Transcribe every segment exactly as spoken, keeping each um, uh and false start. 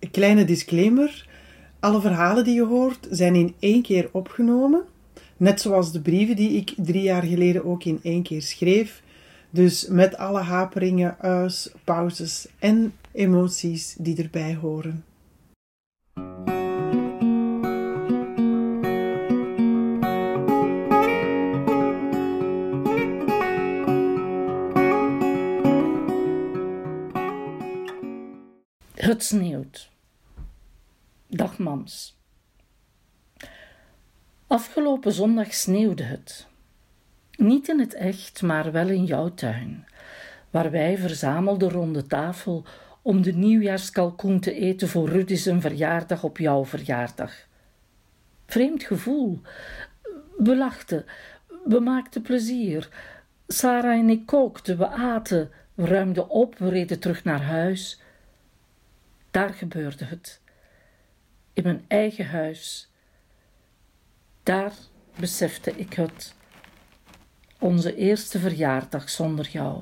kleine disclaimer. Alle verhalen die je hoort zijn in één keer opgenomen. Net zoals de brieven die ik drie jaar geleden ook in één keer schreef. Dus met alle haperingen, uis, pauzes en emoties die erbij horen. Het sneeuwt. Dag mams. Afgelopen zondag sneeuwde het. Niet in het echt, maar wel in jouw tuin, waar wij verzamelden rond de tafel om de nieuwjaarskalkoen te eten voor Rudy zijn verjaardag op jouw verjaardag. Vreemd gevoel. We lachten, we maakten plezier. Sarah en ik kookten, we aten, we ruimden op, we reden terug naar huis. Daar gebeurde het. In mijn eigen huis. Daar besefte ik het. Onze eerste verjaardag zonder jou.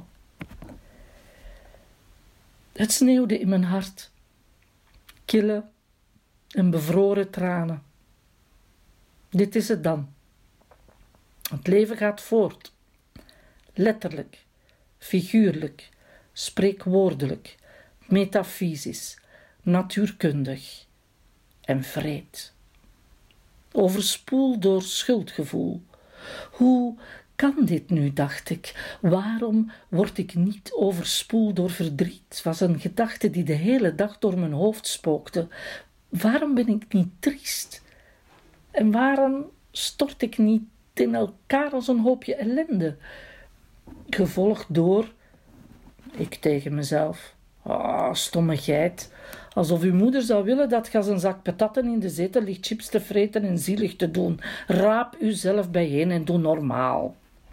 Het sneeuwde in mijn hart. Kille en bevroren tranen. Dit is het dan. Het leven gaat voort. Letterlijk, figuurlijk, spreekwoordelijk, metafysisch, natuurkundig en vreed. Overspoeld door schuldgevoel. Hoe kan dit nu, dacht ik? Waarom word ik niet overspoeld door verdriet? Was een gedachte die de hele dag door mijn hoofd spookte. Waarom ben ik niet triest? En waarom stort ik niet in elkaar als een hoopje ellende? Gevolgd door, ik tegen mezelf, ah, stomme geit, alsof uw moeder zou willen dat je als een zak patatten in de zetel ligt chips te vreten en zielig te doen. Raap uzelf bijeen en doe normaal.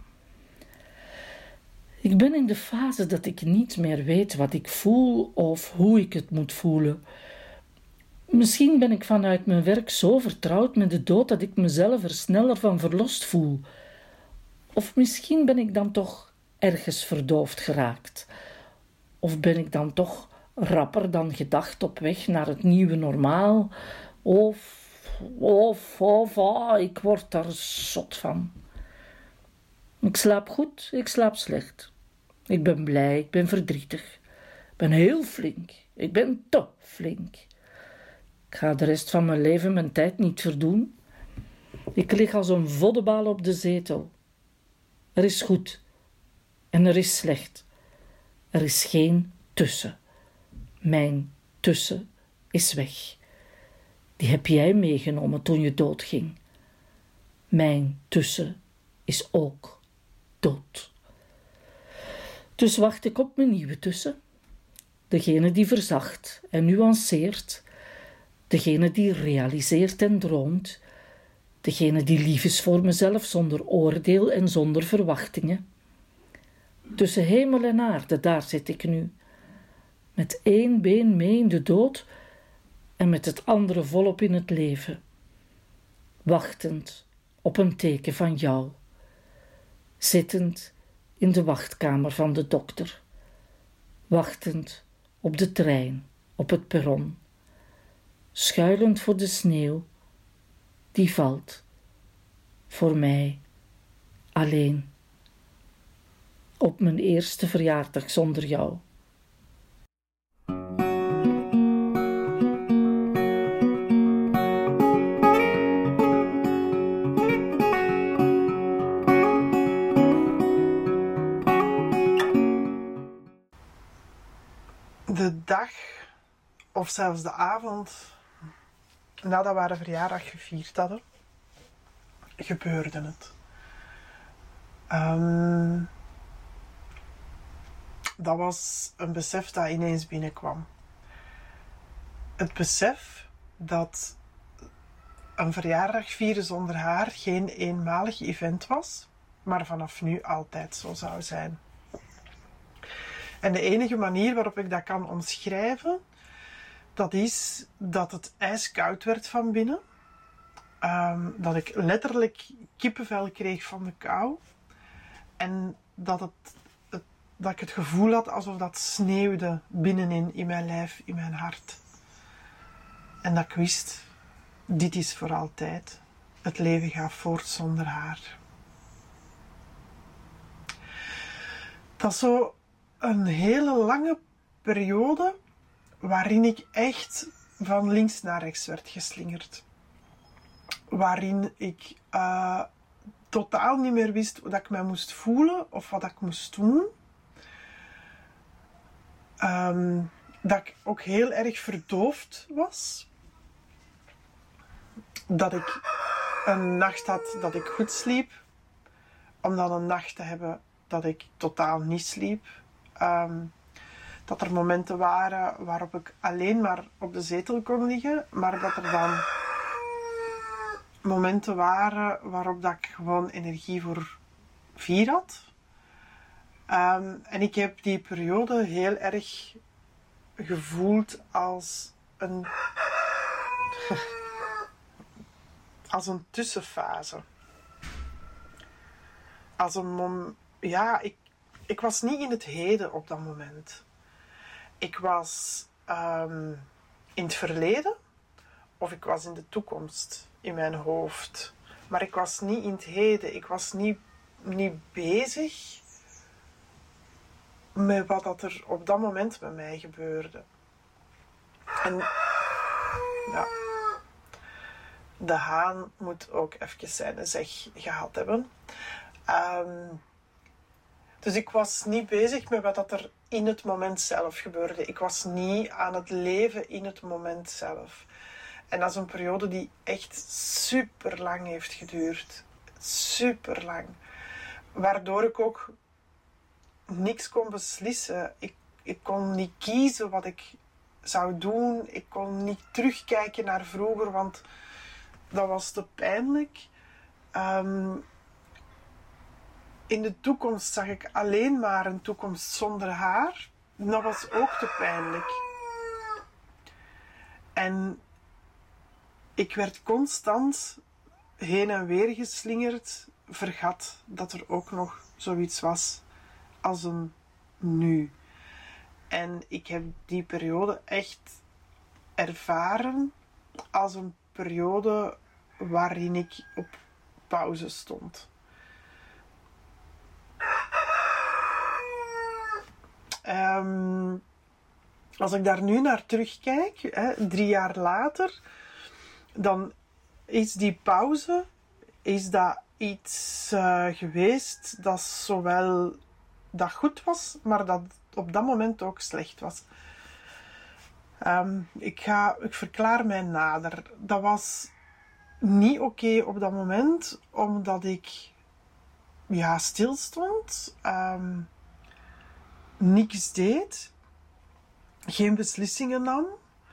Ik ben in de fase dat ik niet meer weet wat ik voel of hoe ik het moet voelen. Misschien ben ik vanuit mijn werk zo vertrouwd met de dood dat ik mezelf er sneller van verlost voel. Of misschien ben ik dan toch ergens verdoofd geraakt. Of ben ik dan toch rapper dan gedacht op weg naar het nieuwe normaal. Of, of, of, ah, ik word daar zot van. Ik slaap goed, ik slaap slecht. Ik ben blij, ik ben verdrietig. Ik ben heel flink, ik ben te flink. Ik ga de rest van mijn leven mijn tijd niet verdoen. Ik lig als een voddenbal op de zetel. Er is goed en er is slecht. Er is geen tussen. Mijn tussen is weg. Die heb jij meegenomen toen je doodging. Mijn tussen is ook dood. Dus wacht ik op mijn nieuwe tussen. Degene die verzacht en nuanceert. Degene die realiseert en droomt. Degene die lief is voor mezelf zonder oordeel en zonder verwachtingen. Tussen hemel en aarde, daar zit ik nu. Met één been mee in de dood en met het andere volop in het leven. Wachtend op een teken van jou. Zittend in de wachtkamer van de dokter. Wachtend op de trein, op het perron. Schuilend voor de sneeuw die valt. Voor mij alleen. Op mijn eerste verjaardag zonder jou. De dag, of zelfs de avond, nadat we haar verjaardag gevierd hadden, gebeurde het. Um, dat was een besef dat ineens binnenkwam. Het besef dat een verjaardag vieren zonder haar geen eenmalig event was, maar vanaf nu altijd zo zou zijn. En de enige manier waarop ik dat kan omschrijven, dat is dat het ijskoud werd van binnen. Um, dat ik letterlijk kippenvel kreeg van de kou. En dat, het, het, dat ik het gevoel had alsof dat sneeuwde binnenin in mijn lijf, in mijn hart. En dat ik wist, dit is voor altijd. Het leven gaat voort zonder haar. Dat is zo een hele lange periode waarin ik echt van links naar rechts werd geslingerd. Waarin ik uh, totaal niet meer wist hoe dat ik mij moest voelen of wat ik moest doen. Um, dat ik ook heel erg verdoofd was. Dat ik een nacht had dat ik goed sliep. Om dan een nacht te hebben dat ik totaal niet sliep. Um, dat er momenten waren waarop ik alleen maar op de zetel kon liggen. Maar dat er dan momenten waren waarop dat ik gewoon energie voor vier had. Um, en ik heb die periode heel erg gevoeld als een... als een tussenfase. Als een mom... Ja, ik, ik was niet in het heden op dat moment. Ik was um, in het verleden of ik was in de toekomst in mijn hoofd. Maar ik was niet in het heden. Ik was niet, niet bezig met wat dat er op dat moment met mij gebeurde. En ja, de haan moet ook even zijn zeg gehad hebben. Um, dus ik was niet bezig met wat dat er in het moment zelf gebeurde. Ik was niet aan het leven in het moment zelf. En dat is een periode die echt super lang heeft geduurd. Super lang. Waardoor ik ook niks kon beslissen. Ik, ik kon niet kiezen wat ik zou doen. Ik kon niet terugkijken naar vroeger, want dat was te pijnlijk. Um, in de toekomst zag ik alleen maar een toekomst zonder haar. Dat was ook te pijnlijk. En ik werd constant heen en weer geslingerd, vergat dat er ook nog zoiets was als een nu. En ik heb die periode echt ervaren als een periode waarin ik op pauze stond. Um, als ik daar nu naar terugkijk, hè, drie jaar later, dan is die pauze, is dat iets uh, geweest dat zowel dat goed was, maar dat op dat moment ook slecht was. Um, ik, ga, ik verklaar mij nader. Dat was niet oké okay op dat moment, omdat ik ja, stilstond, um, niks deed, geen beslissingen nam,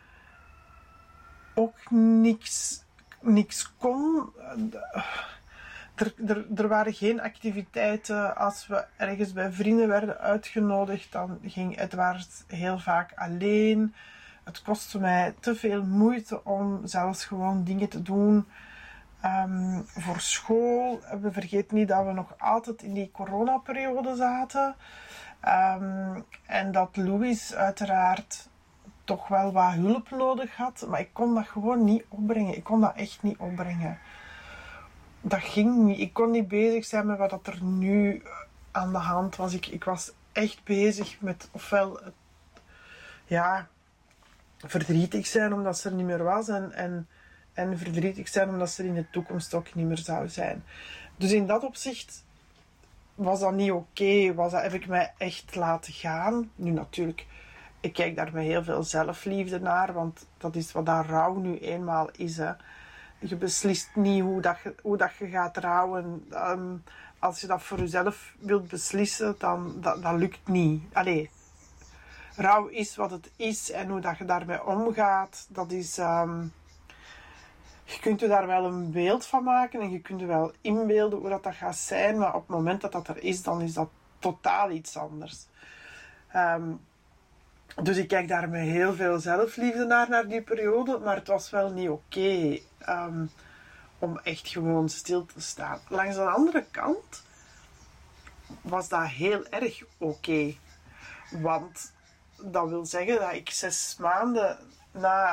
ook niks, niks kon. Er, er, er waren geen activiteiten. Als we ergens bij vrienden werden uitgenodigd, dan ging Edward heel vaak alleen. Het kostte mij te veel moeite om zelfs gewoon dingen te doen um, voor school. We vergeten niet dat we nog altijd in die coronaperiode zaten. Um, en dat Louis uiteraard toch wel wat hulp nodig had. Maar ik kon dat gewoon niet opbrengen. Ik kon dat echt niet opbrengen. Dat ging niet. Ik kon niet bezig zijn met wat er nu aan de hand was. Ik, ik was echt bezig met ofwel het, ja, verdrietig zijn omdat ze er niet meer was. En, en, en verdrietig zijn omdat ze er in de toekomst ook niet meer zou zijn. Dus in dat opzicht was dat niet oké. Was dat, heb ik mij echt laten gaan. Nu natuurlijk, ik kijk daar met heel veel zelfliefde naar. Want dat is wat dat rouw nu eenmaal is. Hè. Je beslist niet hoe, dat je, hoe dat je gaat rouwen. Um, als je dat voor jezelf wilt beslissen, dan dat, dat lukt niet. Allee, rouw is wat het is. En hoe dat je daarmee omgaat, dat is... Um, je kunt je daar wel een beeld van maken. En je kunt je wel inbeelden hoe dat, dat gaat zijn. Maar op het moment dat dat er is, dan is dat totaal iets anders. Um, Dus ik kijk daar met heel veel zelfliefde naar, naar die periode. Maar het was wel niet oké okay, um, om echt gewoon stil te staan. Langs de andere kant was dat heel erg oké. Okay. Want dat wil zeggen dat ik zes maanden na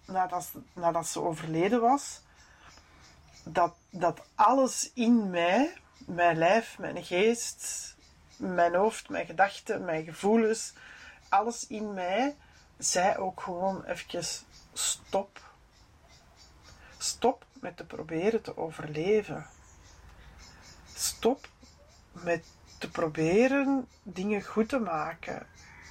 nadat, nadat ze overleden was, dat, dat alles in mij, mijn lijf, mijn geest, mijn hoofd, mijn gedachten, mijn gevoelens, alles in mij, zei ook gewoon even stop. Stop met te proberen te overleven. Stop met te proberen dingen goed te maken.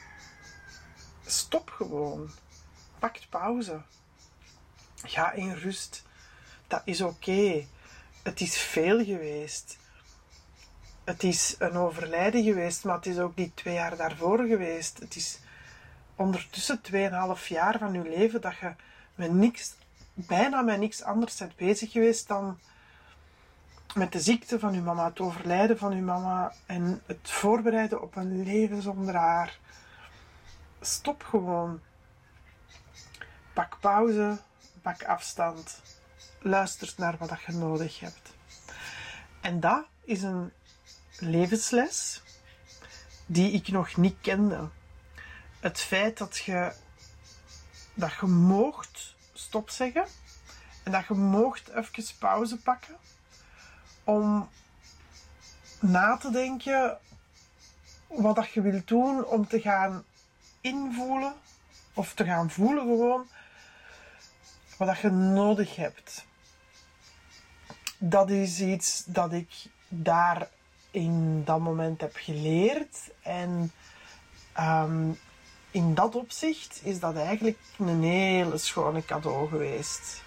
Stop gewoon. Pak pauze. Ga in rust. Dat is oké. Okay. Het is veel geweest. Het is een overlijden geweest, maar het is ook die twee jaar daarvoor geweest. Het is ondertussen tweeënhalf jaar van je leven dat je met niks, bijna met niks anders bent bezig geweest dan met de ziekte van je mama, het overlijden van je mama en het voorbereiden op een leven zonder haar. Stop gewoon. Pak pauze, pak afstand. Luister naar wat je nodig hebt. En dat is een levensles die ik nog niet kende. Het feit dat je dat je moogt stop zeggen en dat je moogt even pauze pakken om na te denken wat dat je wilt doen, om te gaan invoelen of te gaan voelen gewoon wat dat je nodig hebt. Dat is iets dat ik daar in dat moment heb geleerd en um, in dat opzicht is dat eigenlijk een hele schone cadeau geweest.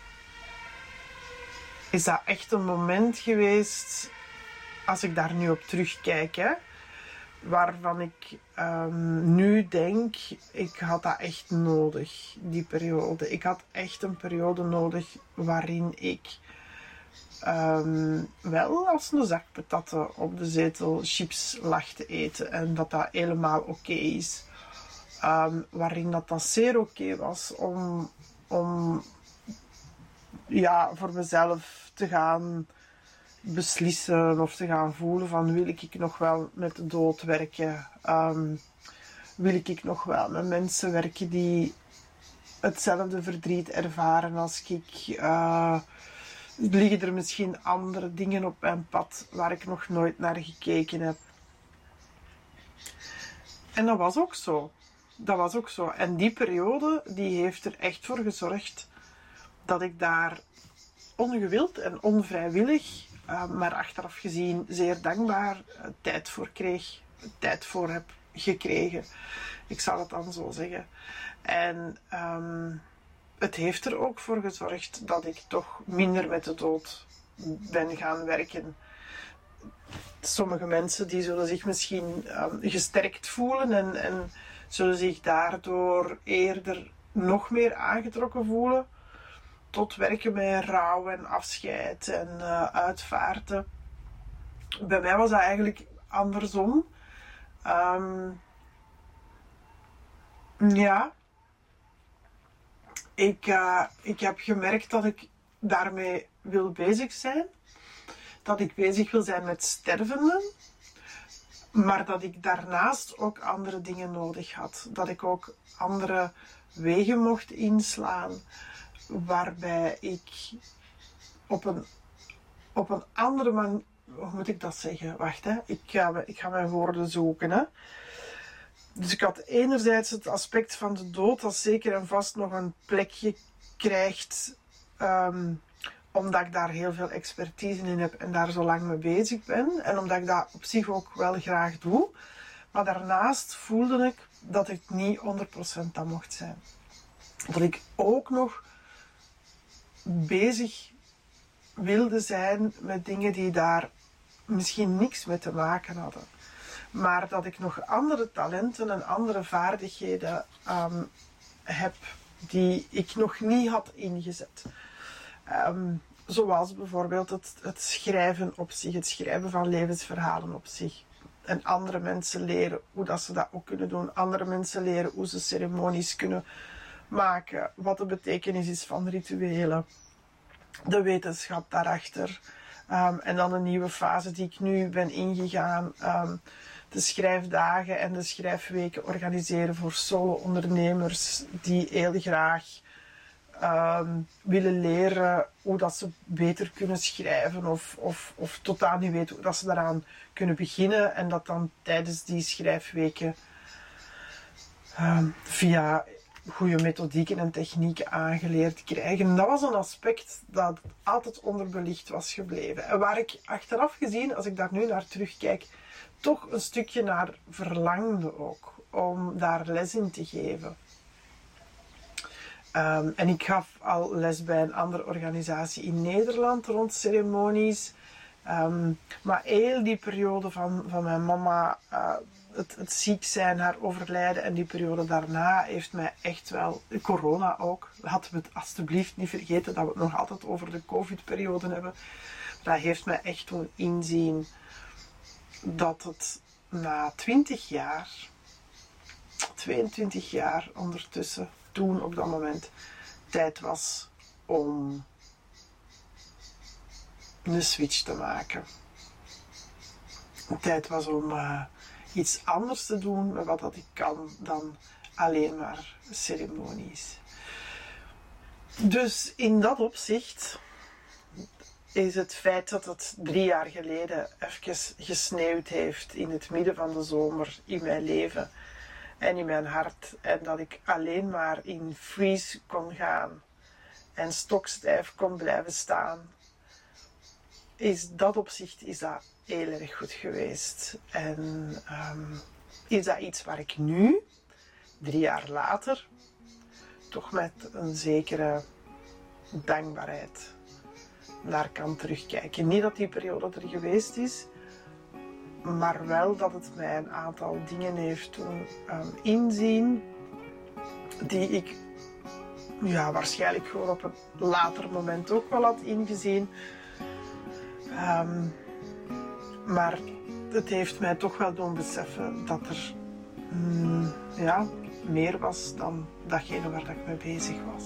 Is dat echt een moment geweest, als ik daar nu op terugkijk, hè, waarvan ik um, nu denk, ik had dat echt nodig, die periode. Ik had echt een periode nodig waarin ik um, wel als een zak patatten op de zetel chips lag te eten en dat dat helemaal oké okay is. Um, waarin dat, dat zeer oké okay was om, om ja, voor mezelf te gaan beslissen of te gaan voelen van wil ik nog wel met de dood werken? Um, wil ik nog wel met mensen werken die hetzelfde verdriet ervaren als ik? Uh, liggen er misschien andere dingen op mijn pad waar ik nog nooit naar gekeken heb? En dat was ook zo. Dat was ook zo. En die periode, die heeft er echt voor gezorgd dat ik daar ongewild en onvrijwillig, uh, maar achteraf gezien zeer dankbaar, uh, tijd voor kreeg. Tijd voor heb gekregen. Ik zal het dan zo zeggen. En um, het heeft er ook voor gezorgd dat ik toch minder met de dood ben gaan werken. Sommige mensen die zullen zich misschien um, gesterkt voelen en, en zullen zich daardoor eerder nog meer aangetrokken voelen tot werken met rouw en afscheid en uh, uitvaarten. Bij mij was dat eigenlijk andersom. Um, ja, ik, uh, ik heb gemerkt dat ik daarmee wil bezig zijn. Dat ik bezig wil zijn met stervenden. Maar dat ik daarnaast ook andere dingen nodig had. Dat ik ook andere wegen mocht inslaan. Waarbij ik op een, op een andere manier... Hoe moet ik dat zeggen? Wacht, hè. Ik ga, ik ga mijn woorden zoeken. Hè. Dus ik had enerzijds het aspect van de dood, dat zeker en vast nog een plekje krijgt, um, omdat ik daar heel veel expertise in heb en daar zo lang mee bezig ben. En omdat ik dat op zich ook wel graag doe. Maar daarnaast voelde ik dat ik niet honderd procent dat mocht zijn. Dat ik ook nog bezig wilde zijn met dingen die daar misschien niks mee te maken hadden. Maar dat ik nog andere talenten en andere vaardigheden um, heb die ik nog niet had ingezet. Um, zoals bijvoorbeeld het, het schrijven op zich, het schrijven van levensverhalen op zich. En andere mensen leren hoe dat ze dat ook kunnen doen. Andere mensen leren hoe ze ceremonies kunnen maken. Wat de betekenis is van rituelen. De wetenschap daarachter. Um, en dan een nieuwe fase die ik nu ben ingegaan. Um, de schrijfdagen en de schrijfweken organiseren voor solo-ondernemers die heel graag um, willen leren hoe dat ze beter kunnen schrijven of, of, of totaal niet weten hoe dat ze daaraan kunnen beginnen en dat dan tijdens die schrijfweken um, via goede methodieken en technieken aangeleerd krijgen. En dat was een aspect dat altijd onderbelicht was gebleven. En waar ik achteraf gezien, als ik daar nu naar terugkijk, toch een stukje naar verlangde ook. Om daar les in te geven. Um, en ik gaf al les bij een andere organisatie in Nederland rond ceremonies. Um, maar heel die periode van, van mijn mama, uh, het, het ziek zijn, haar overlijden en die periode daarna heeft mij echt wel, corona ook, laten we het alstublieft niet vergeten dat we het nog altijd over de covid-periode hebben. Dat heeft mij echt doen inzien dat het na twintig jaar, tweeëntwintig jaar ondertussen, toen op dat moment, tijd was om een switch te maken. Tijd was om uh, iets anders te doen met wat dat ik kan dan alleen maar ceremonies. Dus in dat opzicht is het feit dat het drie jaar geleden even gesneeuwd heeft in het midden van de zomer in mijn leven en in mijn hart en dat ik alleen maar in freeze kon gaan en stokstijf kon blijven staan, is dat opzicht is dat heel erg goed geweest. En um, is dat iets waar ik nu, drie jaar later, toch met een zekere dankbaarheid naar kan terugkijken. Niet dat die periode er geweest is, maar wel dat het mij een aantal dingen heeft doen um, inzien die ik ja, waarschijnlijk gewoon op een later moment ook wel had ingezien. Um, maar het heeft mij toch wel doen beseffen dat er mm, ja, meer was dan datgene waar ik mee bezig was.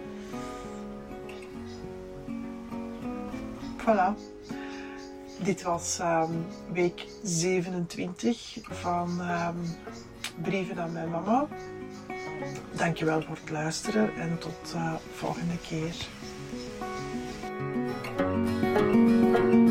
Voilà. Dit was um, week zevenentwintig van um, Brieven aan mijn mama. Dankjewel voor het luisteren en tot de uh, volgende keer.